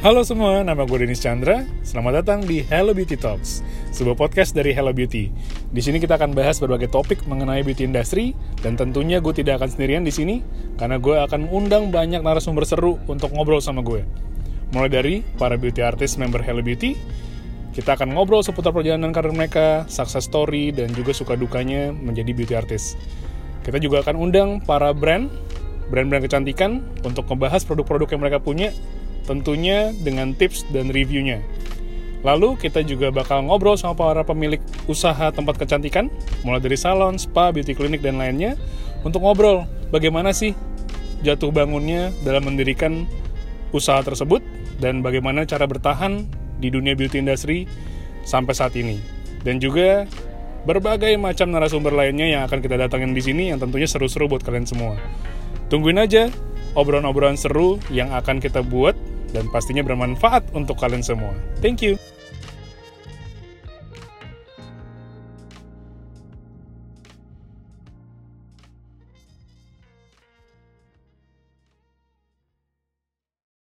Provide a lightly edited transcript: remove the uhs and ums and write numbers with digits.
Halo semua, nama gue Denis Chandra. Selamat datang di Hello Beauty Talks, sebuah podcast dari Hello Beauty. Di sini kita akan bahas berbagai topik mengenai beauty industry, dan tentunya gue tidak akan sendirian di sini, karena gue akan undang banyak narasumber seru untuk ngobrol sama gue. Mulai dari para beauty artist member Hello Beauty, kita akan ngobrol seputar perjalanan karir mereka, success story, dan juga suka dukanya menjadi beauty artist. Kita juga akan undang para brand-brand kecantikan untuk membahas produk-produk yang mereka punya, tentunya dengan tips dan reviewnya. Lalu kita juga bakal ngobrol sama para pemilik usaha tempat kecantikan, mulai dari salon, spa, beauty clinic, dan lainnya, untuk ngobrol bagaimana sih jatuh bangunnya dalam mendirikan usaha tersebut, dan bagaimana cara bertahan di dunia beauty industry sampai saat ini. Dan juga berbagai macam narasumber lainnya yang akan kita datangin di sini, yang tentunya seru-seru buat kalian semua. Tungguin aja obrolan-obrolan seru yang akan kita buat, dan pastinya bermanfaat untuk kalian semua. Thank you.